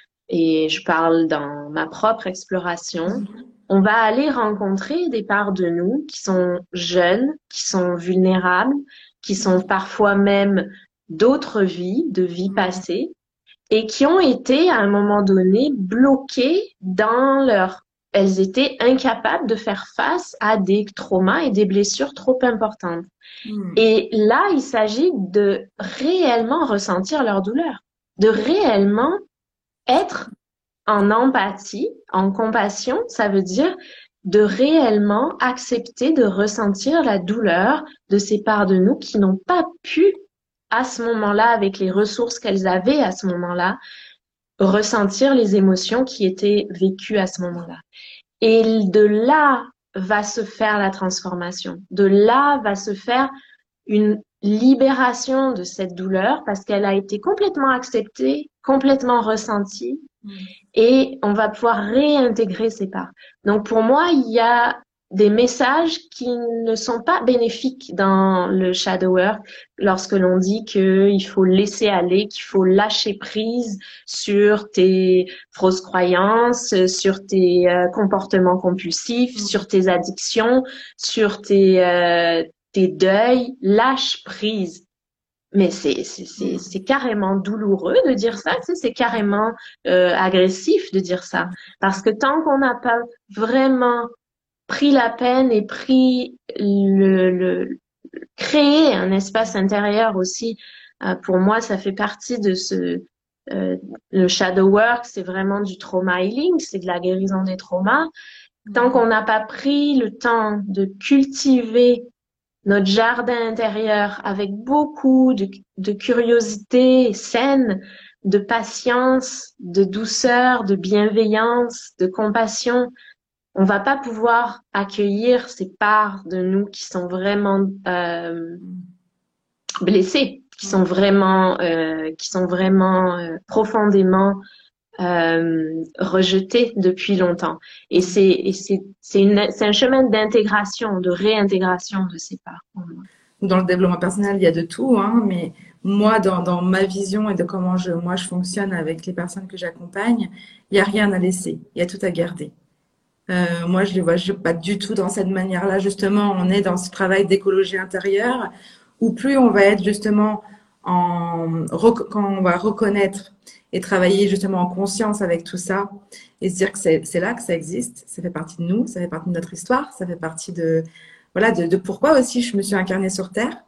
et je parle dans ma propre exploration, on va aller rencontrer des parts de nous qui sont jeunes, qui sont vulnérables, qui sont parfois même d'autres vies, de vies passées, et qui ont été à un moment donné bloquées dans leur... Elles étaient incapables de faire face à des traumas et des blessures trop importantes. Mm. Et là, il s'agit de réellement ressentir leur douleur, de réellement être en empathie, en compassion, ça veut dire de réellement accepter de ressentir la douleur de ces parts de nous qui n'ont pas pu, à ce moment-là, avec les ressources qu'elles avaient à ce moment-là, ressentir les émotions qui étaient vécues à ce moment-là. Et de là va se faire la transformation. De là va se faire une libération de cette douleur parce qu'elle a été complètement acceptée, complètement ressentie et on va pouvoir réintégrer ces parts. Donc pour moi, il y a des messages qui ne sont pas bénéfiques dans le shadow work lorsque l'on dit qu'il faut laisser aller, qu'il faut lâcher prise sur tes fausses croyances, sur tes comportements compulsifs, sur tes addictions, sur tes deuils, lâche prise. Mais c'est carrément douloureux de dire ça, tu sais, c'est carrément agressif de dire ça. Parce que tant qu'on n'a pas vraiment pris la peine et pris créer un espace intérieur aussi, pour moi, ça fait partie de le shadow work, c'est vraiment du trauma healing, c'est de la guérison des traumas. Tant qu'on n'a pas pris le temps de cultiver notre jardin intérieur avec beaucoup de curiosité saine, de patience, de douceur, de bienveillance, de compassion, on va pas pouvoir accueillir ces parts de nous qui sont vraiment blessés, qui sont vraiment profondément rejetés depuis longtemps. Et c'est un chemin d'intégration, de réintégration de ces parts pour moi. Dans le développement personnel, il y a de tout, hein, mais moi, dans ma vision et de comment moi, je fonctionne avec les personnes que j'accompagne, il n'y a rien à laisser, il y a tout à garder. Moi, je les vois pas du tout dans cette manière-là. Justement, on est dans ce travail d'écologie intérieure où plus on va être justement quand on va reconnaître et travailler justement en conscience avec tout ça et se dire que c'est là que ça existe, ça fait partie de nous, ça fait partie de notre histoire, ça fait partie de voilà de pourquoi aussi je me suis incarnée sur Terre.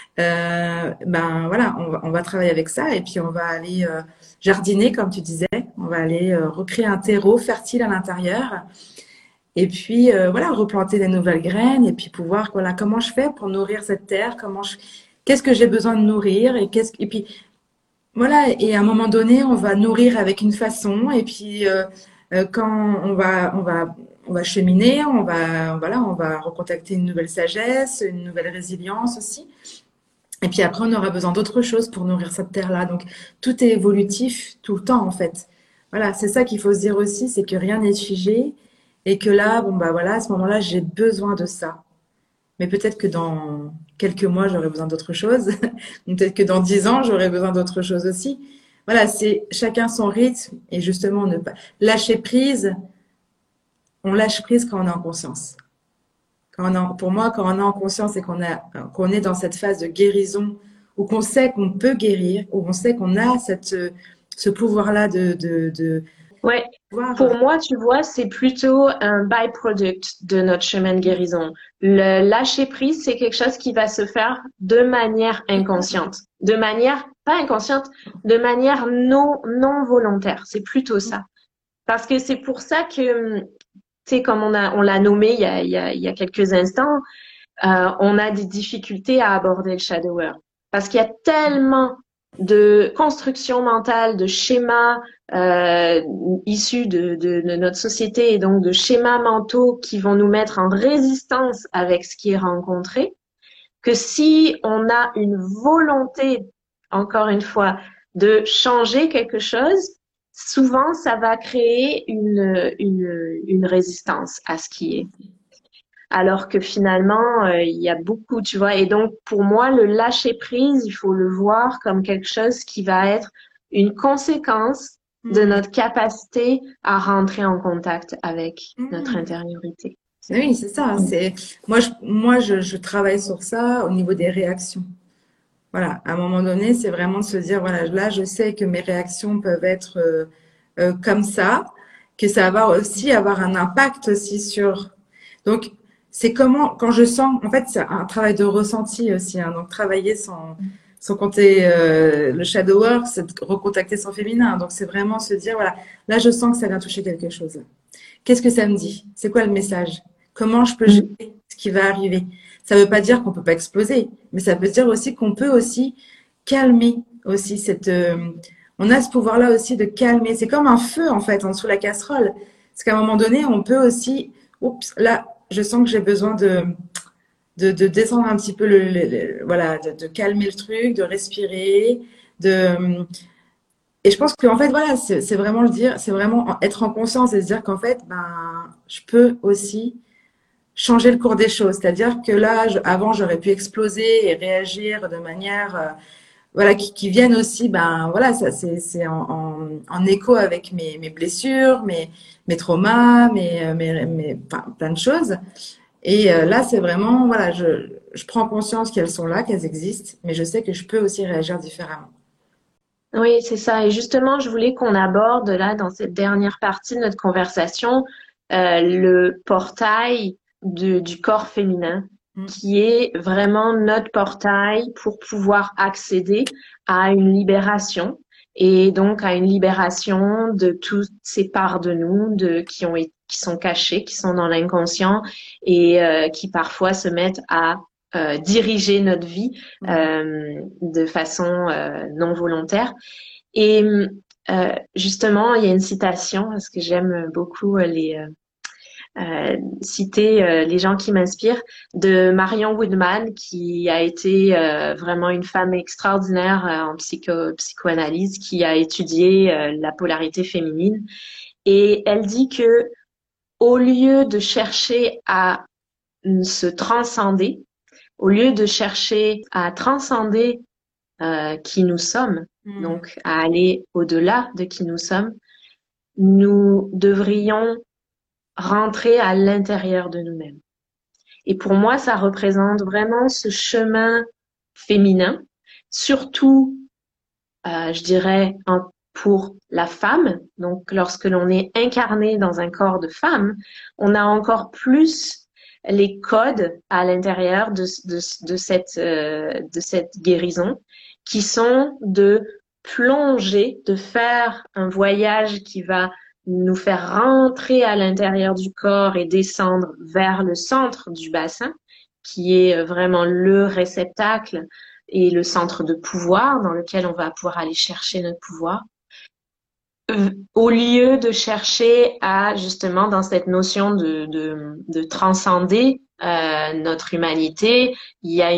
Ben voilà, on va travailler avec ça et puis on va aller jardiner comme tu disais, on va aller recréer un terreau fertile à l'intérieur. Et puis voilà, replanter des nouvelles graines et puis pouvoir voilà comment je fais pour nourrir cette terre, qu'est-ce que j'ai besoin de nourrir et puis voilà et à un moment donné on va nourrir avec une façon et puis quand on va cheminer, on va recontacter une nouvelle sagesse, une nouvelle résilience aussi. Et puis après on aura besoin d'autre chose pour nourrir cette terre-là. Donc tout est évolutif tout le temps en fait. Voilà, c'est ça qu'il faut se dire aussi, c'est que rien n'est figé et que là, bon bah voilà, à ce moment-là, j'ai besoin de ça. Mais peut-être que dans quelques mois, j'aurai besoin d'autre chose. Peut-être que dans 10 ans, j'aurai besoin d'autre chose aussi. Voilà, c'est chacun son rythme et justement ne pas lâcher prise. On lâche prise quand on est en conscience. Pour moi, quand on est en conscience et qu'on est dans cette phase de guérison où qu'on sait qu'on peut guérir, où on sait qu'on a ce pouvoir-là de Ouais, pour pouvoir. moi, tu vois, c'est plutôt un byproduct de notre chemin de guérison. Le lâcher prise, c'est quelque chose qui va se faire de manière inconsciente, de manière pas inconsciente, de manière non volontaire. C'est plutôt ça. Parce que c'est pour ça que, tu sais, comme on l'a nommé il y a quelques instants, on a des difficultés à aborder le shadow work. Parce qu'il y a tellement de construction mentale, de schémas issus de notre société et donc de schémas mentaux qui vont nous mettre en résistance avec ce qui est rencontré, que si on a une volonté, encore une fois, de changer quelque chose, souvent ça va créer une résistance à ce qui est. Alors que finalement, il y a beaucoup, tu vois. Et donc, pour moi, le lâcher prise, il faut le voir comme quelque chose qui va être une conséquence de Hmm. notre capacité à rentrer en contact avec notre Hmm. intériorité. Oui, c'est ça. Je travaille sur ça au niveau des réactions. Voilà, à un moment donné, c'est vraiment de se dire, voilà, là, je sais que mes réactions peuvent être comme ça, que ça va aussi avoir un impact aussi sur. Donc, c'est comment, quand je sens, en fait, c'est un travail de ressenti aussi, hein, donc travailler sans compter le shadow work, c'est de recontacter son féminin. Donc, c'est vraiment se dire, voilà, là, je sens que ça vient toucher quelque chose. Qu'est-ce que ça me dit? C'est quoi le message? Comment je peux gérer ce qui va arriver? Ça ne veut pas dire qu'on peut pas exploser, mais ça veut dire aussi qu'on peut aussi calmer aussi on a ce pouvoir-là aussi de calmer. C'est comme un feu en fait en dessous de la casserole. Parce qu'à un moment donné, on peut aussi, oups, là, je sens que j'ai besoin de descendre un petit peu voilà, de calmer le truc, de respirer, de et je pense qu'en fait, voilà, c'est vraiment le dire, c'est vraiment être en conscience et se dire qu'en fait, ben, je peux aussi changer le cours des choses. C'est-à-dire que là, avant, j'aurais pu exploser et réagir de manière, voilà, qui viennent aussi, ben, voilà, ça, c'est en écho avec mes blessures, mes traumas, enfin, plein de choses. Et là, c'est vraiment, voilà, je prends conscience qu'elles sont là, qu'elles existent, mais je sais que je peux aussi réagir différemment. Oui, c'est ça. Et justement, je voulais qu'on aborde là, dans cette dernière partie de notre conversation, le portail du corps féminin, Mm. qui est vraiment notre portail pour pouvoir accéder à une libération et donc à une libération de toutes ces parts de nous qui sont cachées, qui sont dans l'inconscient et qui parfois se mettent à diriger notre vie Mm. de façon non volontaire. Et justement, il y a une citation, parce que j'aime beaucoup citer les gens qui m'inspirent, de Marion Woodman, qui a été vraiment une femme extraordinaire en psychoanalyse, qui a étudié la polarité féminine. Et elle dit que au lieu de chercher à se transcender, au lieu de chercher à transcender qui nous sommes, Mm. donc à aller au-delà de qui nous sommes, nous devrions rentrer à l'intérieur de nous-mêmes. Et pour moi, ça représente vraiment ce chemin féminin, surtout, je dirais, pour la femme. Donc, lorsque l'on est incarné dans un corps de femme, on a encore plus les codes à l'intérieur de cette guérison qui sont de plonger, de faire un voyage qui va nous faire rentrer à l'intérieur du corps et descendre vers le centre du bassin, qui est vraiment le réceptacle et le centre de pouvoir dans lequel on va pouvoir aller chercher notre pouvoir, au lieu de chercher à, justement, dans cette notion de transcender notre humanité, il y a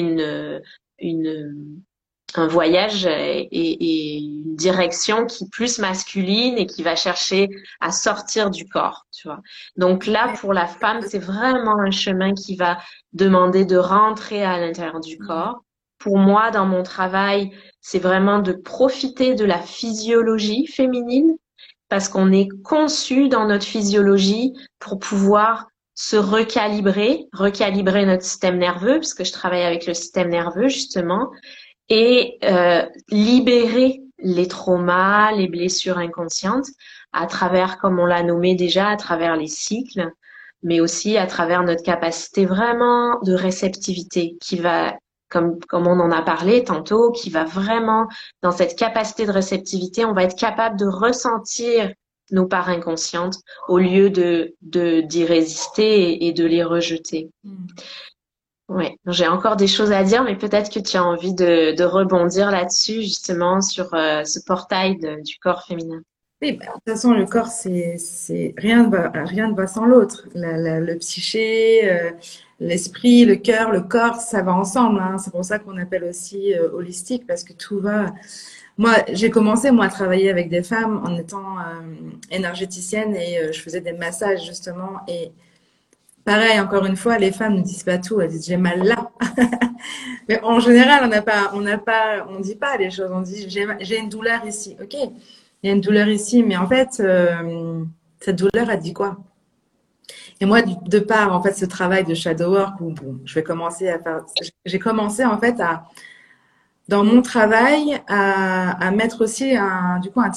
un voyage et une direction qui est plus masculine et qui va chercher à sortir du corps, tu vois. Donc là, pour la femme, c'est vraiment un chemin qui va demander de rentrer à l'intérieur du corps. Pour moi, dans mon travail, c'est vraiment de profiter de la physiologie féminine parce qu'on est conçu dans notre physiologie pour pouvoir se recalibrer notre système nerveux, puisque je travaille avec le système nerveux justement, et libérer les traumas, les blessures inconscientes à travers, comme on l'a nommé déjà, à travers les cycles, mais aussi à travers notre capacité vraiment de réceptivité qui va, comme on en a parlé tantôt, qui va vraiment, dans cette capacité de réceptivité, on va être capable de ressentir nos parts inconscientes au lieu d'y résister et de les rejeter. Ouais, j'ai encore des choses à dire, mais peut-être que tu as envie de rebondir là-dessus, justement, sur ce portail du corps féminin. Oui, bah, de toute façon, le corps, rien ne va sans l'autre. Le psyché, l'esprit, le cœur, le corps, ça va ensemble, hein. C'est pour ça qu'on appelle aussi holistique, parce que tout va. Moi, j'ai commencé, moi, à travailler avec des femmes en étant énergéticienne et je faisais des massages, justement. Et pareil, encore une fois, les femmes ne disent pas tout. Elles disent, j'ai mal là. Mais en général, on dit pas les choses. On dit, j'ai une douleur ici. OK. Il y a une douleur ici, mais en fait, cette douleur a dit quoi? Et moi, de par en fait ce travail de shadow work, où bon, j'ai commencé en fait dans mon travail, à mettre aussi du coup un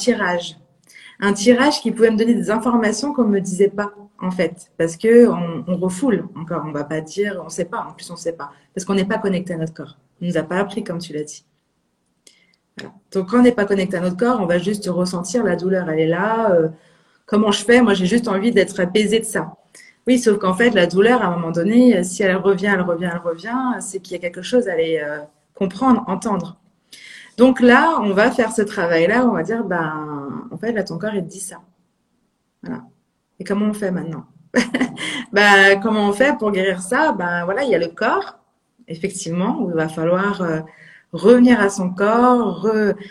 tirage qui pouvait me donner des informations qu'on me disait pas en fait, parce que on refoule encore, on va pas dire, on sait pas, en plus on sait pas, parce qu'on n'est pas connecté à notre corps, on nous a pas appris comme tu l'as dit. Voilà. Donc, quand on n'est pas connecté à notre corps, on va juste ressentir la douleur. Elle est là. Comment je fais? Moi, j'ai juste envie d'être apaisée de ça. Oui, sauf qu'en fait, la douleur, à un moment donné, si elle revient, c'est qu'il y a quelque chose à aller comprendre, entendre. Donc là, on va faire ce travail-là. On va dire, ben, en fait, là, ton corps, il te dit ça. Voilà. Et comment on fait maintenant? Ben, comment on fait pour guérir ça? Ben, voilà, il y a le corps, effectivement, où il va falloir revenir à son corps,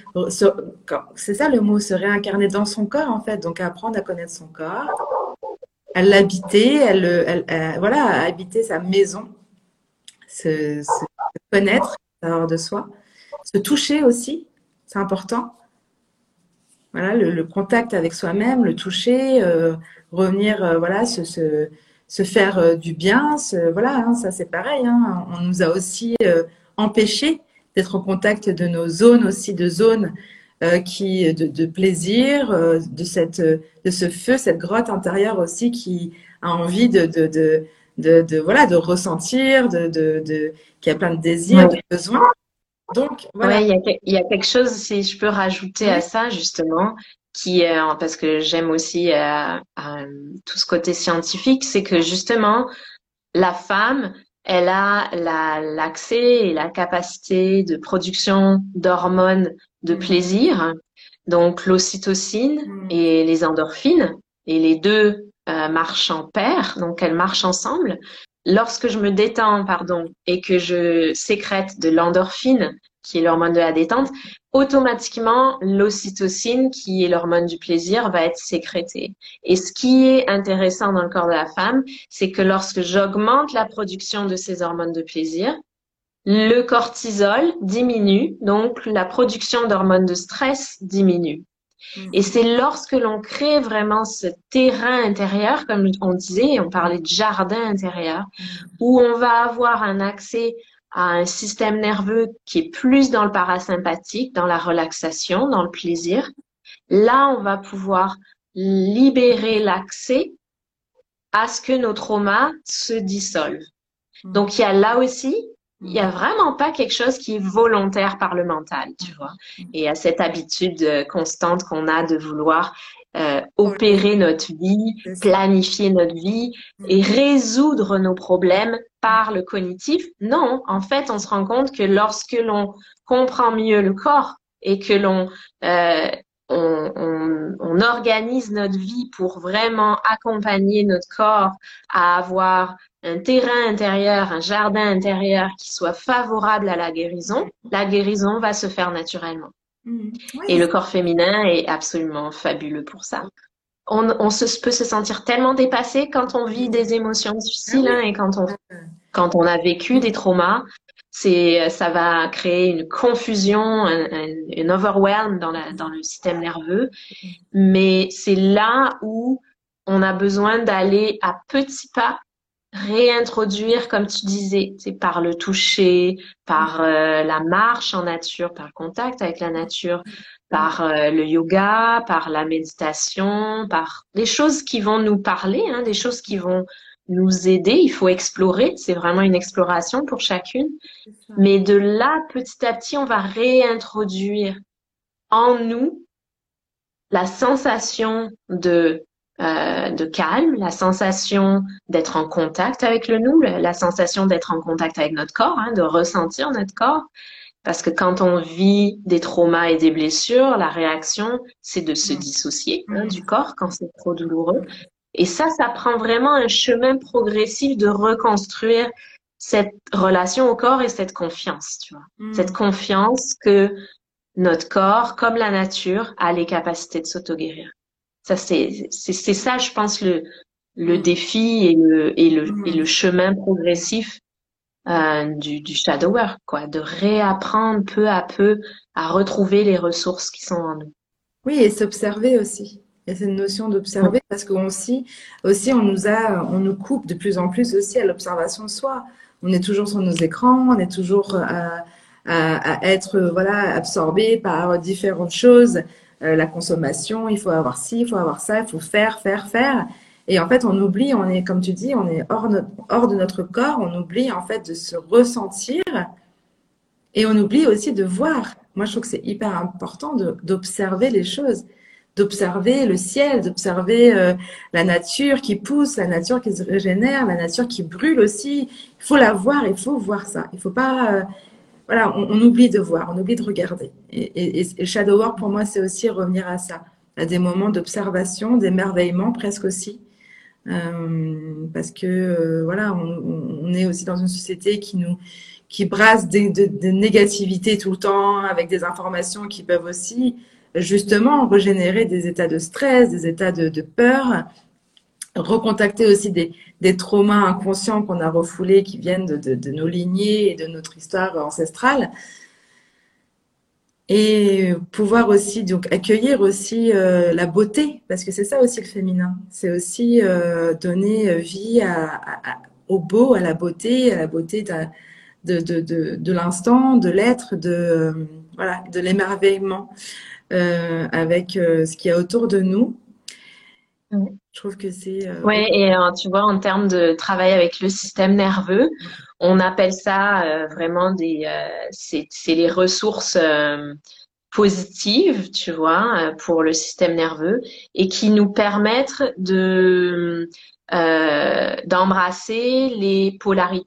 c'est ça le mot, se réincarner dans son corps en fait, donc apprendre à connaître son corps, à l'habiter, voilà, à habiter sa maison, se connaître, savoir de soi, se toucher aussi, c'est important. Voilà, le contact avec soi-même, le toucher, revenir, voilà, se faire du bien, voilà, hein, ça c'est pareil, hein, on nous a aussi empêchés d'être en contact de nos zones aussi, de zones de plaisir, de ce feu, cette grotte intérieure aussi qui a envie voilà, de ressentir, qui a plein de désirs, de Ouais. besoins. Donc, voilà. Ouais, il y a quelque chose, si je peux rajouter à Oui. ça, justement, qui est, parce que j'aime aussi tout ce côté scientifique, c'est que justement, la femme, elle a l'accès et la capacité de production d'hormones de plaisir, donc l'ocytocine Mm. et les endorphines, et les deux marchent en paire, donc elles marchent ensemble. Lorsque je me détends, pardon, et que je sécrète de l'endorphine, qui est l'hormone de la détente, automatiquement, l'ocytocine, qui est l'hormone du plaisir, va être sécrétée. Et ce qui est intéressant dans le corps de la femme, c'est que lorsque j'augmente la production de ces hormones de plaisir, le cortisol diminue, donc la production d'hormones de stress diminue. Et Mhm. c'est lorsque l'on crée vraiment ce terrain intérieur, comme on disait, on parlait de jardin intérieur, Mhm. où on va avoir un accès à un système nerveux qui est plus dans le parasympathique, dans la relaxation, dans le plaisir. Là, on va pouvoir libérer l'accès à ce que nos traumas se dissolvent. Mhm. Donc, il y a là aussi, il y a Mhm. vraiment pas quelque chose qui est volontaire par le mental, tu vois. Mhm. Et à cette habitude constante qu'on a de vouloir Oui, opérer notre vie, c'est ça. planifier notre vie et Mhm. résoudre nos problèmes par le cognitif. Non, en fait, on se rend compte que lorsque l'on comprend mieux le corps et que euh, on organise notre vie pour vraiment accompagner notre corps à avoir un terrain intérieur, un jardin intérieur qui soit favorable à la guérison va se faire naturellement. Mhm. Et Oui, le corps féminin est absolument fabuleux pour ça. Peut se sentir tellement dépassé quand on vit des émotions ah difficiles, oui. hein, et Euh, quand on a vécu des traumas, ça va créer une confusion, un overwhelm dans le système nerveux. Mais c'est là où on a besoin d'aller à petits pas réintroduire, comme tu disais, c'est par le toucher, par la marche en nature, par le contact avec la nature, par le yoga, par la méditation, par des choses qui vont nous parler, hein, des choses qui vont nous aider. Il faut explorer, c'est vraiment une exploration pour chacune. c'est ça. Mais de là, petit à petit, on va réintroduire en nous la sensation de calme, la sensation d'être en contact avec le nous, la sensation d'être en contact avec notre corps, hein, de ressentir notre corps. Parce que quand on vit des traumas et des blessures, la réaction, c'est de se dissocier, hein, du Mhm. corps quand c'est trop douloureux. Et ça prend vraiment un chemin progressif de reconstruire cette relation au corps et cette confiance, tu vois. Cette Mhm. confiance que notre corps, comme la nature, a les capacités de s'auto-guérir. Ça, c'est ça, je pense, le Mhm. défi et le Mhm. chemin progressif du shadow work, quoi, de réapprendre peu à peu à retrouver les ressources qui sont en nous. Oui, et s'observer aussi. Il y a cette notion d'observer parce aussi on nous coupe de plus en plus aussi à l'observation de soi. On est toujours sur nos écrans, on est toujours à être voilà absorbé par différentes choses. La consommation, il faut avoir ci, il faut avoir ça, il faut faire, faire, faire. Et en fait, on oublie, on est comme tu dis, on est hors de notre corps. On oublie en fait de se ressentir et on oublie aussi de voir. Moi, je trouve que c'est hyper important d'observer les choses, d'observer le ciel, d'observer la nature qui pousse, la nature qui se régénère, la nature qui brûle aussi. Il faut la voir, il faut voir ça. Il faut pas, voilà, on oublie de voir, on oublie de regarder. Et Shadow Work, pour moi, c'est aussi revenir à ça, à des moments d'observation, d'émerveillement presque aussi. Parce que voilà, on est aussi dans une société qui brasse de négativité tout le temps, avec des informations qui peuvent aussi justement régénérer des états de stress, des états de peur, recontacter aussi des traumas inconscients qu'on a refoulés, qui viennent de nos lignées et de notre histoire ancestrale. Et pouvoir aussi donc accueillir aussi la beauté, parce que c'est ça aussi le féminin. C'est aussi donner vie au beau, à la beauté de l'instant, de l'être, voilà, de l'émerveillement avec ce qu'il y a autour de nous. Mm. Je trouve que c'est oui. Ouais, et tu vois, en termes de travail avec le système nerveux, on appelle ça vraiment c'est les ressources positives, tu vois, pour le système nerveux et qui nous permettent d'embrasser les polarités.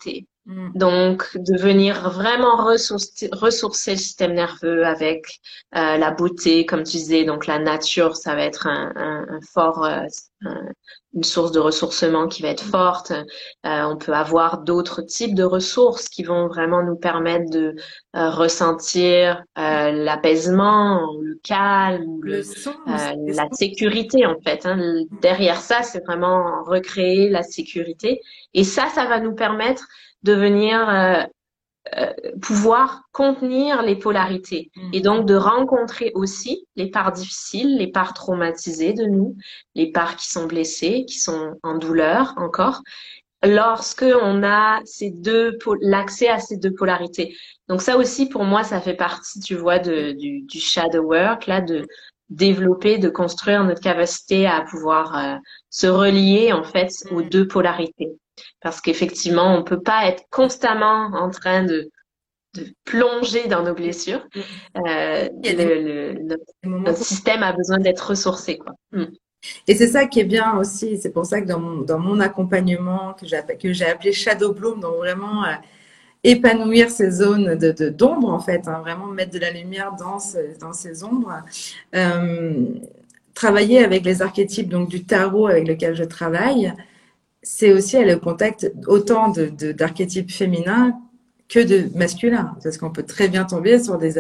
Mm. Donc, de venir vraiment ressourcer le système nerveux avec la beauté, comme tu disais. Donc, la nature, ça va être un fort, une source de ressourcement qui va être forte. On peut avoir d'autres types de ressources qui vont vraiment nous permettre de ressentir l'apaisement, le calme, Le son aussi. la sécurité, en fait. Hein. Derrière ça, c'est vraiment recréer la sécurité. Et ça va nous permettre de venir pouvoir contenir les polarités et Mm. donc de rencontrer aussi les parts difficiles, les parts traumatisées de nous, les parts qui sont blessées, qui sont en douleur encore, lorsque on a l'accès à ces deux polarités. Donc ça aussi, pour moi, ça fait partie, tu vois, du shadow work, là, de développer, de construire notre capacité à pouvoir se relier, en fait, aux Mm. deux polarités. Parce qu'effectivement, on peut pas être constamment en train de plonger dans nos blessures. Il y a des Notre moments. système a besoin d'être ressourcé, quoi. Mm. Et c'est ça qui est bien aussi. C'est pour ça que dans mon accompagnement que j'ai appelé Shadow Bloom, donc vraiment épanouir ces zones d'ombre en fait, hein, vraiment mettre de la lumière dans ces ombres. Euh, Travailler avec les archétypes donc du tarot avec lequel je travaille, c'est aussi aller au contact autant d'archétypes féminins que de masculins, parce qu'on peut très bien tomber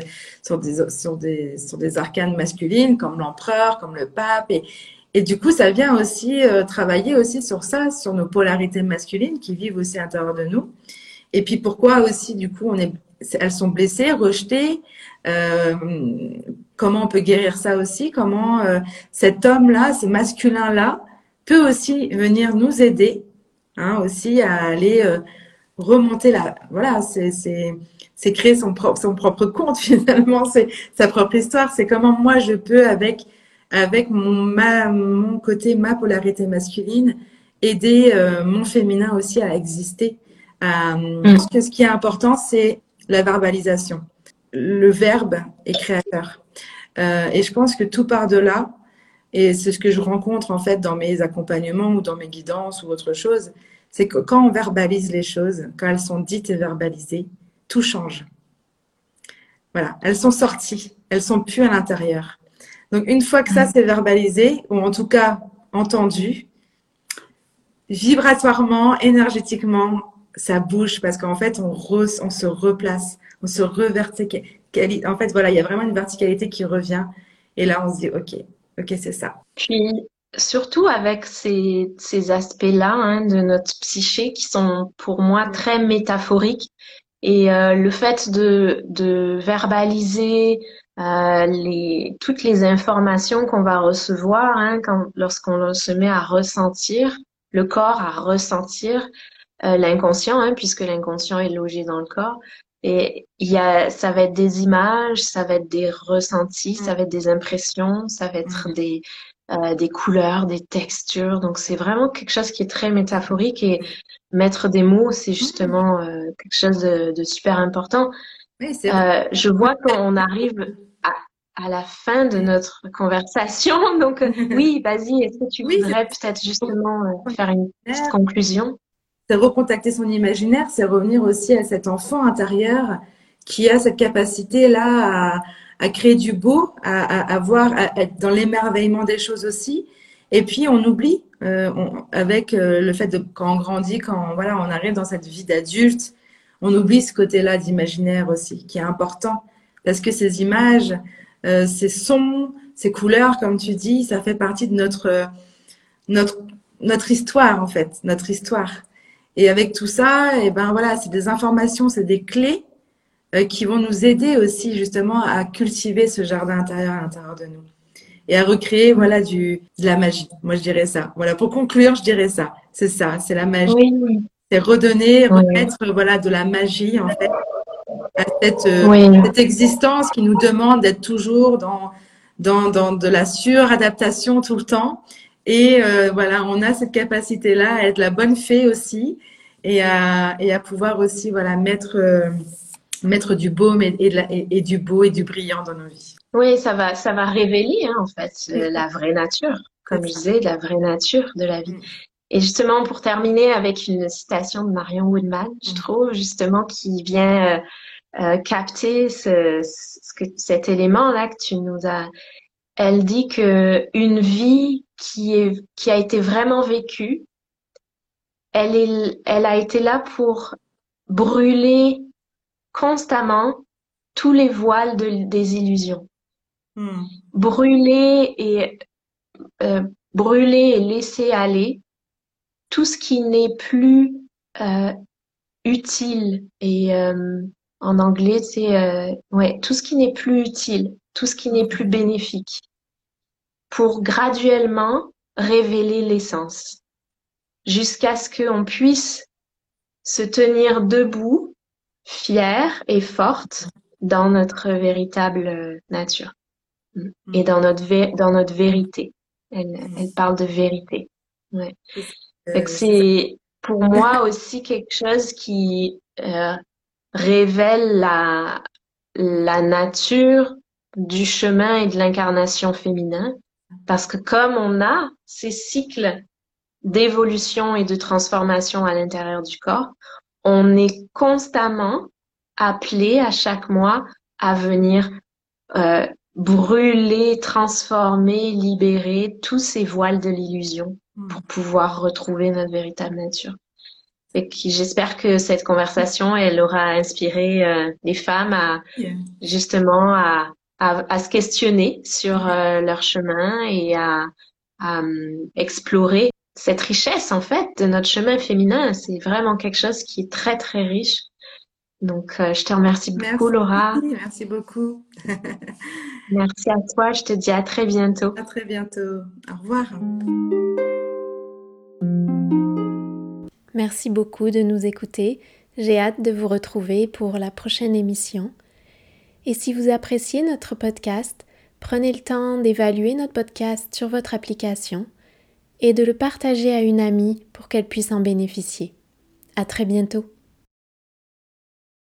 sur des arcanes masculines comme l'empereur, comme le pape, et du coup ça vient aussi travailler aussi sur ça, sur nos polarités masculines qui vivent aussi à l'intérieur de nous. Et puis pourquoi aussi, du coup, elles sont blessées, rejetées. Euh, Comment on peut guérir ça aussi? Comment cet homme-là, ce masculin-là, peut aussi venir nous aider, hein, aussi à aller remonter la. Voilà, c'est créer son propre compte finalement, c'est sa propre histoire. C'est comment moi je peux avec mon côté, ma polarité masculine, aider mon féminin aussi à exister. Parce que ce qui est important, c'est la verbalisation. Le verbe est créateur. Et je pense que tout part de là. Et c'est ce que je rencontre en fait dans mes accompagnements ou dans mes guidances ou autre chose. C'est que quand on verbalise les choses, quand elles sont dites et verbalisées, tout change. Voilà, elles sont sorties, elles sont plus à l'intérieur. Donc une fois que ça c'est verbalisé, ou en tout cas entendu, vibratoirement, énergétiquement, ça bouge parce qu'en fait, on se replace, on se reverticalise. En fait, voilà, il y a vraiment une verticalité qui revient. Et là, on se dit, ok, c'est ça. Puis, surtout avec ces aspects-là, hein, de notre psyché qui sont pour moi très métaphoriques. Et le fait de verbaliser toutes les informations qu'on va recevoir, hein, lorsqu'on se met à ressentir, le corps à ressentir l'inconscient, hein, puisque l'inconscient est logé dans le corps. Et ça va être des images, ça va être des ressentis, ça va être des impressions, ça va être des couleurs, des textures. Donc c'est vraiment quelque chose qui est très métaphorique et mettre des mots, c'est justement quelque chose de super important. Oui, c'est vrai. Je vois qu'on arrive à la fin de notre conversation. Donc oui, vas-y, est-ce que tu Oui, voudrais peut-être justement faire une petite c'est conclusion? recontacter son imaginaire, c'est revenir aussi à cet enfant intérieur qui a cette capacité-là à créer du beau, à être dans l'émerveillement des choses aussi. Et puis on oublie, avec le fait de quand on grandit, quand voilà, on arrive dans cette vie d'adulte, on oublie ce côté-là d'imaginaire aussi, qui est important, parce que ces images, ces sons, ces couleurs, comme tu dis, ça fait partie de notre notre histoire en fait, notre histoire. Et avec tout ça, et ben voilà, c'est des informations, c'est des clés qui vont nous aider aussi justement à cultiver ce jardin intérieur à l'intérieur de nous et à recréer voilà de la magie. Moi je dirais ça. Voilà, pour conclure, je dirais ça. C'est ça, c'est la magie. Oui, C'est redonner, oui, remettre voilà de la magie en fait à oui, cette existence qui nous demande d'être toujours dans de la suradaptation tout le temps. Et voilà, on a cette capacité-là à être la bonne fée aussi et à pouvoir aussi voilà mettre du baume et du beau et du brillant dans nos vies. oui, ça va révéler hein, en fait Oui, la vraie nature, c'est comme je ça. disais, la vraie nature de la vie. Et justement, pour terminer avec une citation de Marion Woodman, je trouve justement qui vient capter cet élément-là que tu nous as. Elle dit que une vie qui a été vraiment vécue, elle a été là pour brûler constamment tous les voiles des illusions. Mm. Brûler et laisser aller tout ce qui n'est plus utile et en anglais c'est tout ce qui n'est plus utile, tout ce qui n'est plus bénéfique, pour graduellement révéler l'essence, jusqu'à ce qu'on puisse se tenir debout, fière et forte dans notre véritable nature et dans notre vérité. Elle parle de vérité. Ouais. Fait que C'est ça. c'est pour moi aussi quelque chose qui révèle la nature du chemin et de l'incarnation féminin, parce que comme on a ces cycles d'évolution et de transformation à l'intérieur du corps, on est constamment appelé à chaque mois à venir euh, brûler, transformer, libérer tous ces voiles de l'illusion pour pouvoir retrouver notre véritable nature. Et j'espère que cette conversation, elle aura inspiré les femmes à justement à se questionner sur leur chemin et à explorer cette richesse en fait de notre chemin féminin. C'est vraiment quelque chose qui est très très riche. Donc je te remercie beaucoup, Merci, Laura. merci beaucoup. Merci à toi. Je te dis à très bientôt. À très bientôt. Au revoir. Merci beaucoup de nous écouter. J'ai hâte de vous retrouver pour la prochaine émission. Et si vous appréciez notre podcast, prenez le temps d'évaluer notre podcast sur votre application et de le partager à une amie pour qu'elle puisse en bénéficier. À très bientôt.